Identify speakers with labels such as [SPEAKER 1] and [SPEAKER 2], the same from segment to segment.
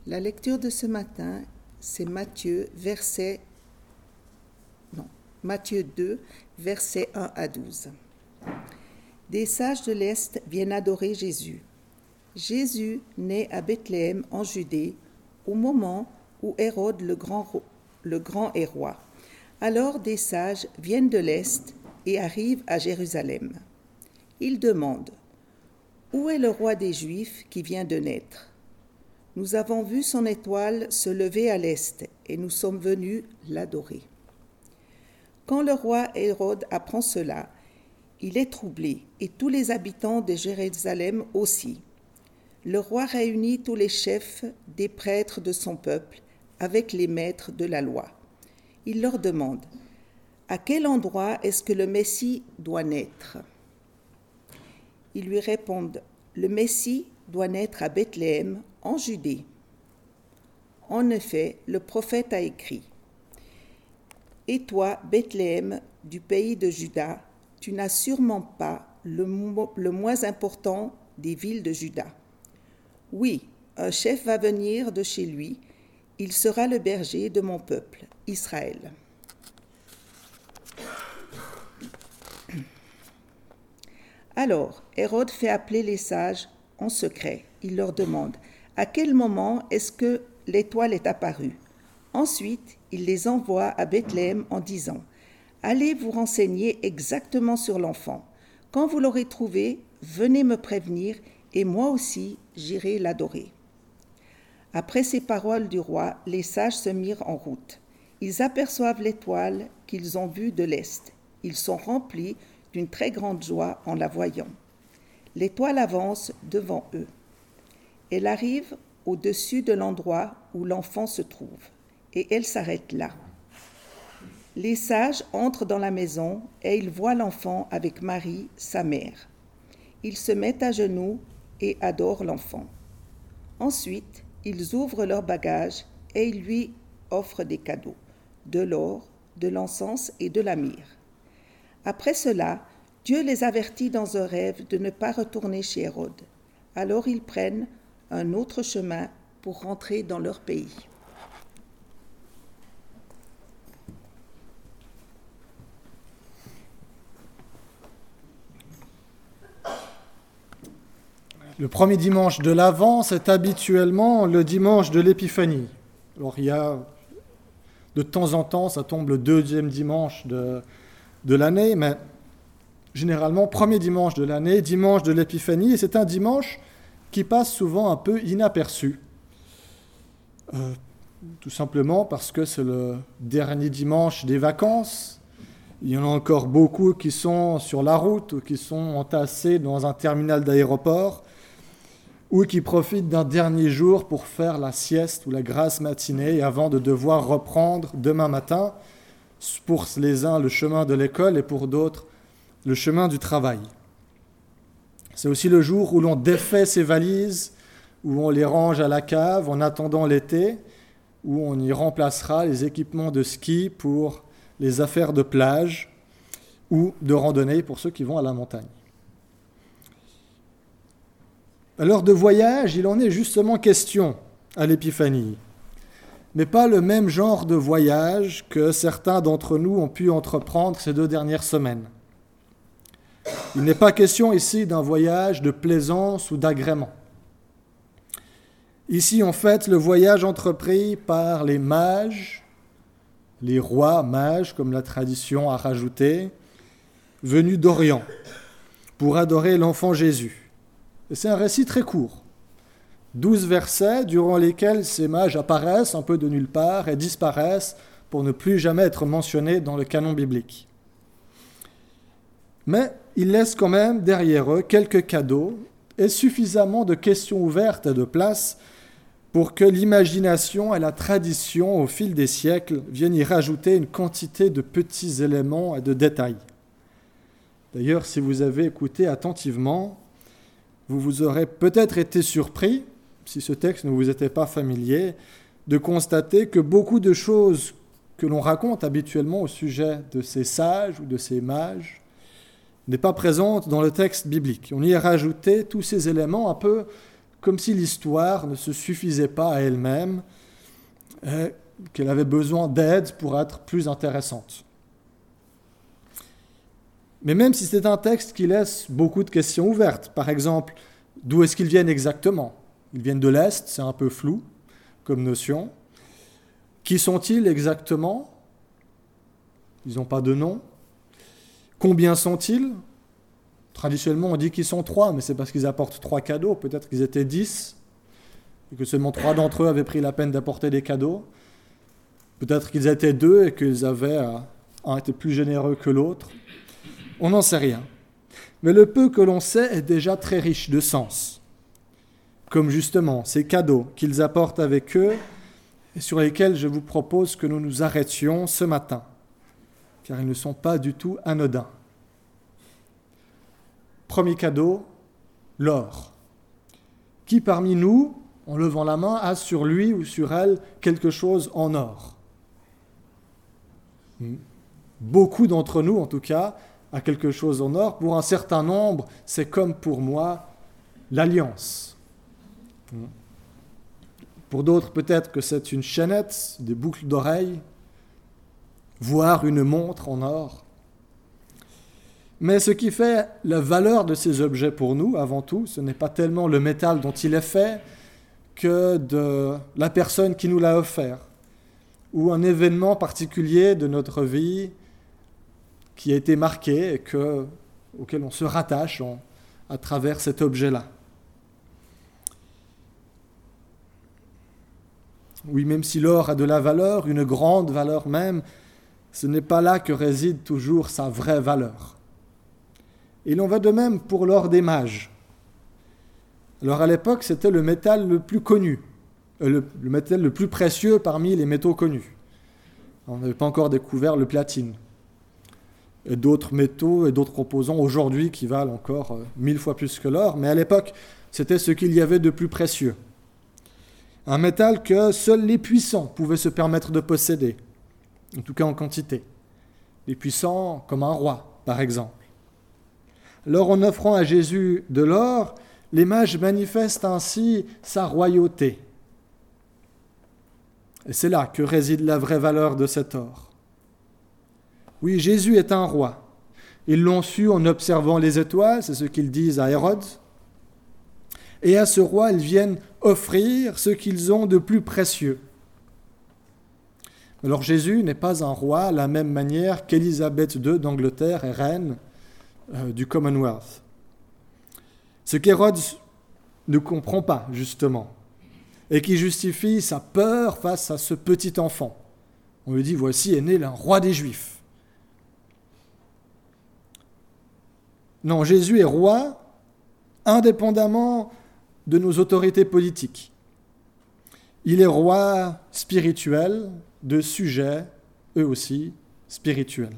[SPEAKER 1] La lecture de ce matin, c'est Matthieu 2, versets 1 à 12. Des sages de l'Est viennent adorer Jésus. Jésus naît à Bethléem en Judée, au moment où Hérode le grand est roi. Alors des sages viennent de l'Est et arrivent à Jérusalem. Ils demandent « Où est le roi des Juifs qui vient de naître ? Nous avons vu son étoile se lever à l'Est et nous sommes venus l'adorer. » Quand le roi Hérode apprend cela, il est troublé et tous les habitants de Jérusalem aussi. Le roi réunit tous les chefs des prêtres de son peuple avec les maîtres de la loi. Il leur demande « À quel endroit est-ce que le Messie doit naître ?» Ils lui répondent « Le Messie doit naître à Bethléem, en Judée. » En effet, le prophète a écrit « Et toi, Bethléem, du pays de Juda, tu n'as sûrement pas le moins important des villes de Juda. Oui, un chef va venir de chez lui, il sera le berger de mon peuple, Israël. » Alors, Hérode fait appeler les sages en secret. Il leur demande « À quel moment est-ce que l'étoile est apparue ?» Ensuite, il les envoie à Bethléem en disant « Allez vous renseigner exactement sur l'enfant. Quand vous l'aurez trouvé, venez me prévenir et moi aussi j'irai l'adorer. » Après ces paroles du roi, les sages se mirent en route. Ils aperçoivent l'étoile qu'ils ont vue de l'Est. Ils sont remplis d'une très grande joie en la voyant. L'étoile avance devant eux. Elle arrive au-dessus de l'endroit où l'enfant se trouve, et elle s'arrête là. Les sages entrent dans la maison et ils voient l'enfant avec Marie, sa mère. Ils se mettent à genoux et adorent l'enfant. Ensuite, ils ouvrent leurs bagages et ils lui offrent des cadeaux, de l'or, de l'encens et de la myrrhe. Après cela, Dieu les avertit dans un rêve de ne pas retourner chez Hérode. Alors ils prennent un autre chemin pour rentrer dans leur pays.
[SPEAKER 2] Le premier dimanche de l'Avent, c'est habituellement le dimanche de l'Épiphanie. Alors il y a, de temps en temps, ça tombe le deuxième dimanche de l'année, mais généralement, premier dimanche de l'année, dimanche de l'Épiphanie, et c'est un dimanche qui passe souvent un peu inaperçu. Tout simplement parce que c'est le dernier dimanche des vacances. Il y en a encore beaucoup qui sont sur la route ou qui sont entassés dans un terminal d'aéroport ou qui profitent d'un dernier jour pour faire la sieste ou la grasse matinée avant de devoir reprendre demain matin, pour les uns le chemin de l'école et pour d'autres le chemin du travail. C'est aussi le jour où l'on défait ses valises, où on les range à la cave en attendant l'été, où on y remplacera les équipements de ski pour les affaires de plage ou de randonnée pour ceux qui vont à la montagne. À l'heure de voyage, il en est justement question à l'Épiphanie, mais pas le même genre de voyage que certains d'entre nous ont pu entreprendre ces 2 dernières semaines. Il n'est pas question ici d'un voyage de plaisance ou d'agrément. Ici, en fait, le voyage entrepris par les mages, les rois mages, comme la tradition a rajouté, venus d'Orient pour adorer l'enfant Jésus. Et c'est un récit très court. 12 versets durant lesquels ces mages apparaissent un peu de nulle part et disparaissent pour ne plus jamais être mentionnés dans le canon biblique. Mais ils laissent quand même derrière eux quelques cadeaux et suffisamment de questions ouvertes et de place pour que l'imagination et la tradition, au fil des siècles, viennent y rajouter une quantité de petits éléments et de détails. D'ailleurs, si vous avez écouté attentivement, vous vous aurez peut-être été surpris, si ce texte ne vous était pas familier, de constater que beaucoup de choses que l'on raconte habituellement au sujet de ces sages ou de ces mages n'est pas présente dans le texte biblique. On y a rajouté tous ces éléments un peu comme si l'histoire ne se suffisait pas à elle-même, qu'elle avait besoin d'aide pour être plus intéressante. Mais même si c'est un texte qui laisse beaucoup de questions ouvertes, par exemple, d'où est-ce qu'ils viennent exactement ? Ils viennent de l'Est, c'est un peu flou comme notion. Qui sont-ils exactement ? Ils n'ont pas de nom. Combien sont-ils ? Traditionnellement, on dit qu'ils sont 3, mais c'est parce qu'ils apportent 3 cadeaux. Peut-être qu'ils étaient 10, et que seulement 3 d'entre eux avaient pris la peine d'apporter des cadeaux. Peut-être qu'ils étaient 2 et qu'ils avaient un été plus généreux que l'autre. On n'en sait rien. Mais le peu que l'on sait est déjà très riche de sens. Comme justement ces cadeaux qu'ils apportent avec eux et sur lesquels je vous propose que nous nous arrêtions ce matin, car ils ne sont pas du tout anodins. Premier cadeau, l'or. Qui parmi nous, en levant la main, a sur lui ou sur elle quelque chose en or ? Beaucoup d'entre nous, en tout cas, a quelque chose en or. Pour un certain nombre, c'est comme pour moi, l'alliance. Pour d'autres, peut-être que c'est une chaînette, des boucles d'oreilles, voire une montre en or. Mais ce qui fait la valeur de ces objets pour nous, avant tout, ce n'est pas tellement le métal dont il est fait que de la personne qui nous l'a offert, ou un événement particulier de notre vie qui a été marqué et auquel on se rattache à travers cet objet-là. Oui, même si l'or a de la valeur, une grande valeur même, ce n'est pas là que réside toujours sa vraie valeur. Et il en va de même pour l'or des mages. Alors à l'époque, c'était le métal le plus connu, le métal le plus précieux parmi les métaux connus. On n'avait pas encore découvert le platine. Et d'autres métaux et d'autres composants aujourd'hui qui valent encore 1000 fois plus que l'or, mais à l'époque, c'était ce qu'il y avait de plus précieux. Un métal que seuls les puissants pouvaient se permettre de posséder, en tout cas en quantité. Les puissants comme un roi, par exemple. Alors en offrant à Jésus de l'or, les mages manifestent ainsi sa royauté. Et c'est là que réside la vraie valeur de cet or. Oui, Jésus est un roi. Ils l'ont su en observant les étoiles, c'est ce qu'ils disent à Hérode. Et à ce roi, ils viennent offrir ce qu'ils ont de plus précieux. Alors Jésus n'est pas un roi à la même manière qu'Élisabeth II d'Angleterre est reine du Commonwealth. Ce qu'Hérode ne comprend pas, justement, et qui justifie sa peur face à ce petit enfant. On lui dit, voici est né le roi des Juifs. Non, Jésus est roi indépendamment de nos autorités politiques. Il est roi spirituel de sujets, eux aussi, spirituels.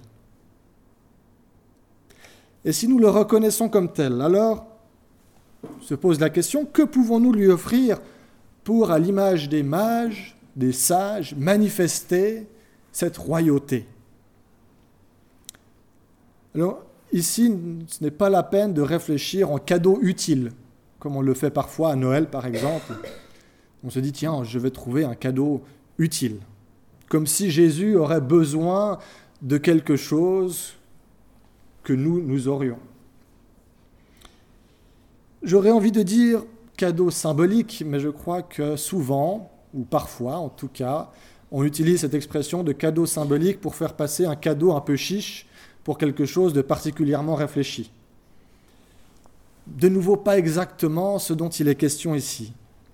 [SPEAKER 2] Et si nous le reconnaissons comme tel, alors se pose la question, que pouvons-nous lui offrir pour, à l'image des mages, des sages, manifester cette royauté ? Alors, ici, ce n'est pas la peine de réfléchir en cadeaux utiles, comme on le fait parfois à Noël, par exemple. On se dit, tiens, je vais trouver un cadeau utile. Comme si Jésus aurait besoin de quelque chose que nous aurions. J'aurais envie de dire cadeau symbolique, mais je crois que souvent, ou parfois en tout cas, on utilise cette expression de cadeau symbolique pour faire passer un cadeau un peu chiche pour quelque chose de particulièrement réfléchi. De nouveau, pas exactement ce dont il est question ici.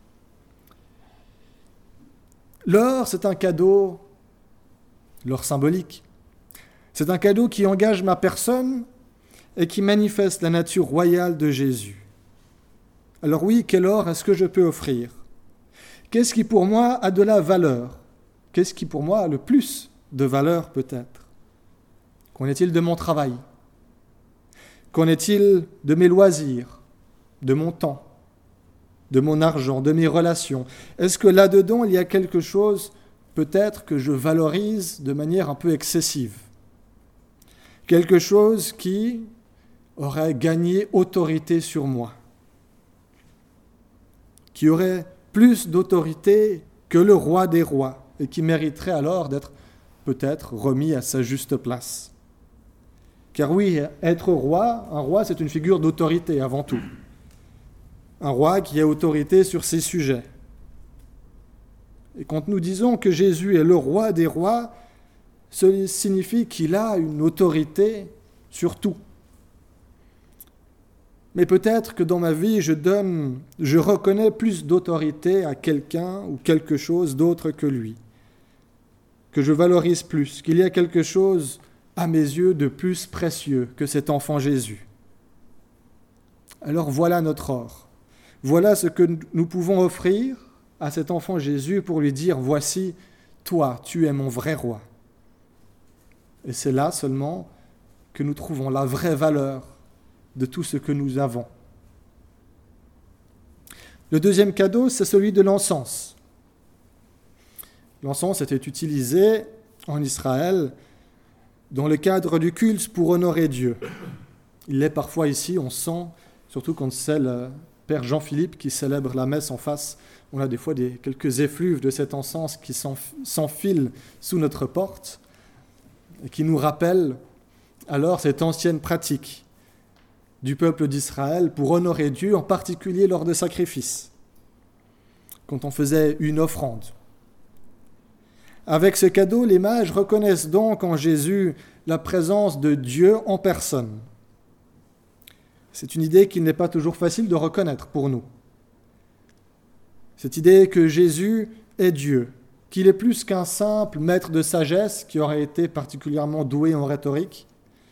[SPEAKER 2] L'or, c'est un cadeau, l'or symbolique. C'est un cadeau qui engage ma personne et qui manifeste la nature royale de Jésus. Alors oui, quel or est-ce que je peux offrir ? Qu'est-ce qui pour moi a de la valeur ? Qu'est-ce qui pour moi a le plus de valeur peut-être ? Qu'en est-il de mon travail ? Qu'en est-il de mes loisirs, de mon temps, de mon argent, de mes relations ? Est-ce que là-dedans, il y a quelque chose peut-être que je valorise de manière un peu excessive ? Quelque chose qui aurait gagné autorité sur moi ? qui aurait plus d'autorité que le roi des rois et qui mériterait alors d'être peut-être remis à sa juste place. Car oui, être roi, un roi, c'est une figure d'autorité avant tout. Un roi qui a autorité sur ses sujets. Et quand nous disons que Jésus est le roi des rois, cela signifie qu'il a une autorité sur tout. Mais peut-être que dans ma vie, je reconnais plus d'autorité à quelqu'un ou quelque chose d'autre que lui, que je valorise plus, qu'il y a quelque chose à mes yeux de plus précieux que cet enfant Jésus. Alors voilà notre or. Voilà ce que nous pouvons offrir à cet enfant Jésus pour lui dire « Voici, toi, tu es mon vrai roi ». Et c'est là seulement que nous trouvons la vraie valeur de tout ce que nous avons. Le deuxième cadeau, c'est celui de l'encens. L'encens était utilisé en Israël dans le cadre du culte pour honorer Dieu. Il l'est parfois ici, on sent, surtout quand c'est le Père Jean-Philippe qui célèbre la messe en face, on a des fois quelques effluves de cet encens qui s'enfilent sous notre porte et qui nous rappellent alors cette ancienne pratique du peuple d'Israël pour honorer Dieu, en particulier lors de sacrifices, quand on faisait une offrande. Avec ce cadeau, les mages reconnaissent donc en Jésus la présence de Dieu en personne. C'est une idée qu'il n'est pas toujours facile de reconnaître pour nous. Cette idée que Jésus est Dieu, qu'il est plus qu'un simple maître de sagesse qui aurait été particulièrement doué en rhétorique.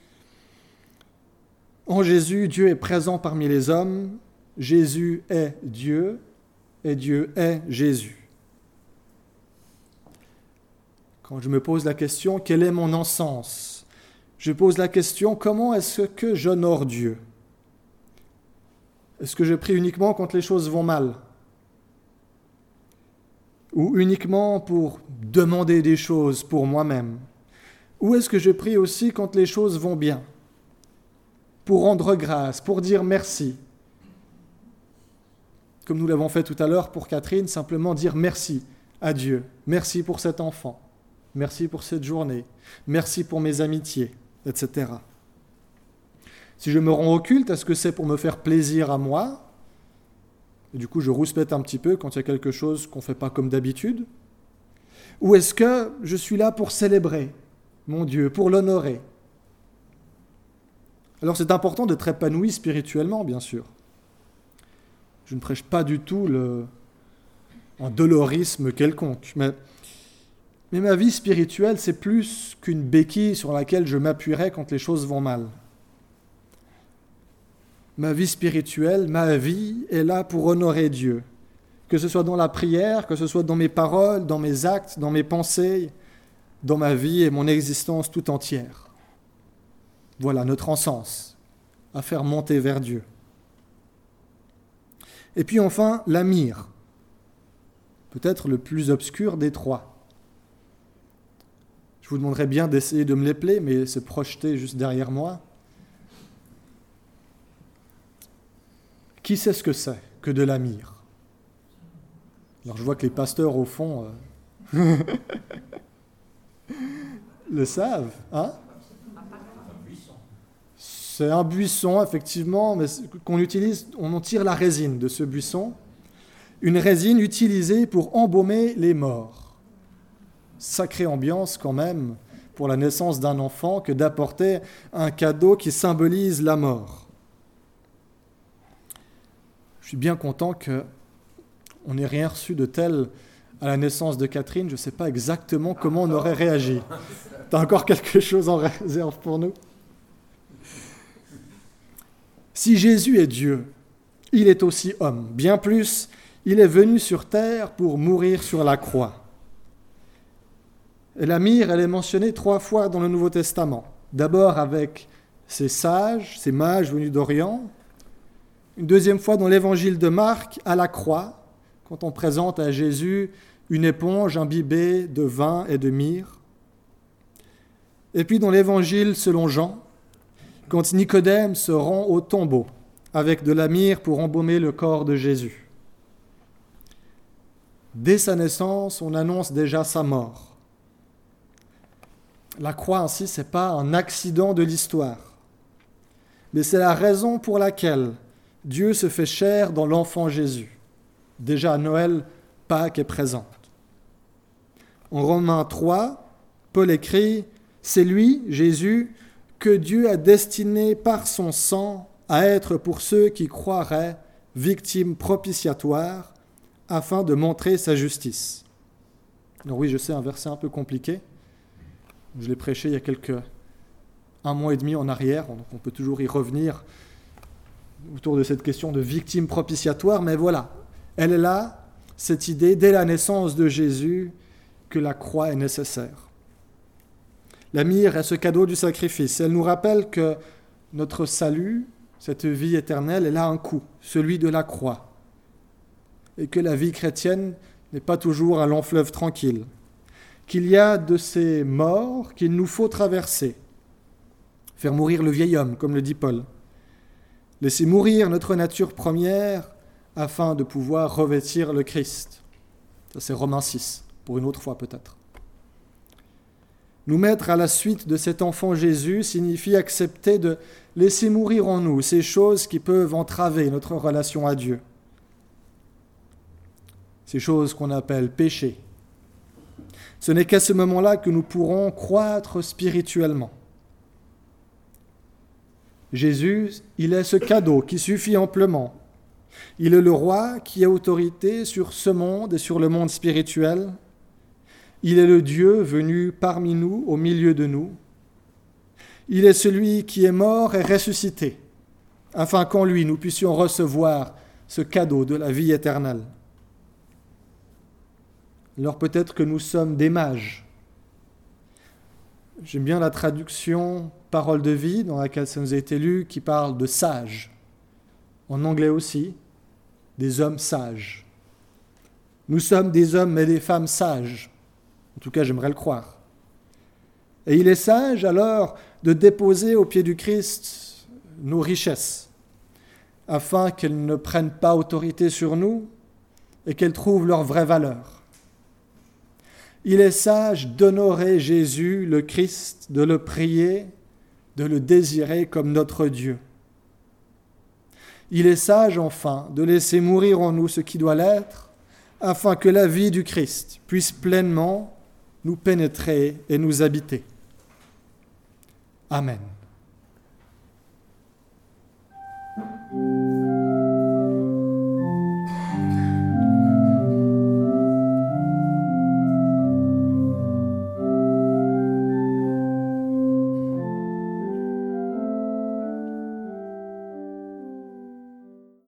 [SPEAKER 2] En Jésus, Dieu est présent parmi les hommes, Jésus est Dieu et Dieu est Jésus. Quand je me pose la question, quel est mon encens ? Je pose la question, comment est-ce que j'honore Dieu ? Est-ce que je prie uniquement quand les choses vont mal ? Ou uniquement pour demander des choses pour moi-même ? Ou est-ce que je prie aussi quand les choses vont bien ? Pour rendre grâce, pour dire merci. Comme nous l'avons fait tout à l'heure pour Catherine, simplement dire merci à Dieu. Merci pour cet enfant. Merci pour cette journée. Merci pour mes amitiés, etc. Si je me rends au culte, est-ce que c'est pour me faire plaisir à moi ? Et du coup, je rouspète un petit peu quand il y a quelque chose qu'on ne fait pas comme d'habitude ? Ou est-ce que je suis là pour célébrer mon Dieu, pour l'honorer ? Alors c'est important d'être épanoui spirituellement, bien sûr. Je ne prêche pas du tout un dolorisme quelconque, mais ma vie spirituelle, c'est plus qu'une béquille sur laquelle je m'appuierai quand les choses vont mal. Ma vie spirituelle, ma vie est là pour honorer Dieu, que ce soit dans la prière, que ce soit dans mes paroles, dans mes actes, dans mes pensées, dans ma vie et mon existence tout entière. Voilà notre encens à faire monter vers Dieu. Et puis enfin, la myrrhe, peut-être le plus obscur des trois. Je vous demanderais bien d'essayer de me l'épeler, mais c'est projeté juste derrière moi. Qui sait ce que c'est que de la myrrhe ? Alors je vois que les pasteurs au fond le savent, hein ? C'est un buisson, effectivement, mais qu'on utilise, on en tire la résine de ce buisson. Une résine utilisée pour embaumer les morts. Sacrée ambiance quand même pour la naissance d'un enfant que d'apporter un cadeau qui symbolise la mort. Je suis bien content qu'on n'ait rien reçu de tel à la naissance de Catherine. Je ne sais pas exactement comment on aurait réagi. Tu as encore quelque chose en réserve pour nous ? Si Jésus est Dieu, il est aussi homme. Bien plus, il est venu sur terre pour mourir sur la croix. Et la myrrhe, elle est mentionnée 3 fois dans le Nouveau Testament. D'abord avec ces sages, ces mages venus d'Orient. Une deuxième fois dans l'évangile de Marc, à la croix, quand on présente à Jésus une éponge imbibée de vin et de myrrhe. Et puis dans l'évangile selon Jean, quand Nicodème se rend au tombeau avec de la myrrhe pour embaumer le corps de Jésus. Dès sa naissance, on annonce déjà sa mort. La croix ainsi, ce n'est pas un accident de l'histoire, mais c'est la raison pour laquelle Dieu se fait chair dans l'enfant Jésus. Déjà à Noël, Pâques est présente. En Romains 3, Paul écrit « C'est lui, Jésus, que Dieu a destiné par son sang à être pour ceux qui croiraient victime propitiatoire, afin de montrer sa justice. » Alors oui, je sais, un verset un peu compliqué. Je l'ai prêché il y a un mois et demi en arrière, donc on peut toujours y revenir autour de cette question de victime propitiatoire, mais voilà, elle est là, cette idée, dès la naissance de Jésus, que la croix est nécessaire. La myrrhe est ce cadeau du sacrifice. Elle nous rappelle que notre salut, cette vie éternelle, elle a un coût, celui de la croix. Et que la vie chrétienne n'est pas toujours un long fleuve tranquille. Qu'il y a de ces morts qu'il nous faut traverser. Faire mourir le vieil homme, comme le dit Paul. Laisser mourir notre nature première afin de pouvoir revêtir le Christ. Ça, c'est Romains 6, pour une autre fois peut-être. Nous mettre à la suite de cet enfant Jésus signifie accepter de laisser mourir en nous ces choses qui peuvent entraver notre relation à Dieu. Ces choses qu'on appelle péchés. Ce n'est qu'à ce moment-là que nous pourrons croître spirituellement. Jésus, il est ce cadeau qui suffit amplement. Il est le roi qui a autorité sur ce monde et sur le monde spirituel. Il est le Dieu venu parmi nous, au milieu de nous. Il est celui qui est mort et ressuscité, afin qu'en lui nous puissions recevoir ce cadeau de la vie éternelle. Alors peut-être que nous sommes des mages. J'aime bien la traduction « parole de vie » dans laquelle ça nous a été lu, qui parle de sages. En anglais aussi, des hommes sages. Nous sommes des hommes et des femmes sages. En tout cas, j'aimerais le croire. Et il est sage alors de déposer au pied du Christ nos richesses, afin qu'elles ne prennent pas autorité sur nous et qu'elles trouvent leur vraie valeur. Il est sage d'honorer Jésus, le Christ, de le prier, de le désirer comme notre Dieu. Il est sage, enfin, de laisser mourir en nous ce qui doit l'être, afin que la vie du Christ puisse pleinement nous pénétrer et nous habiter. Amen.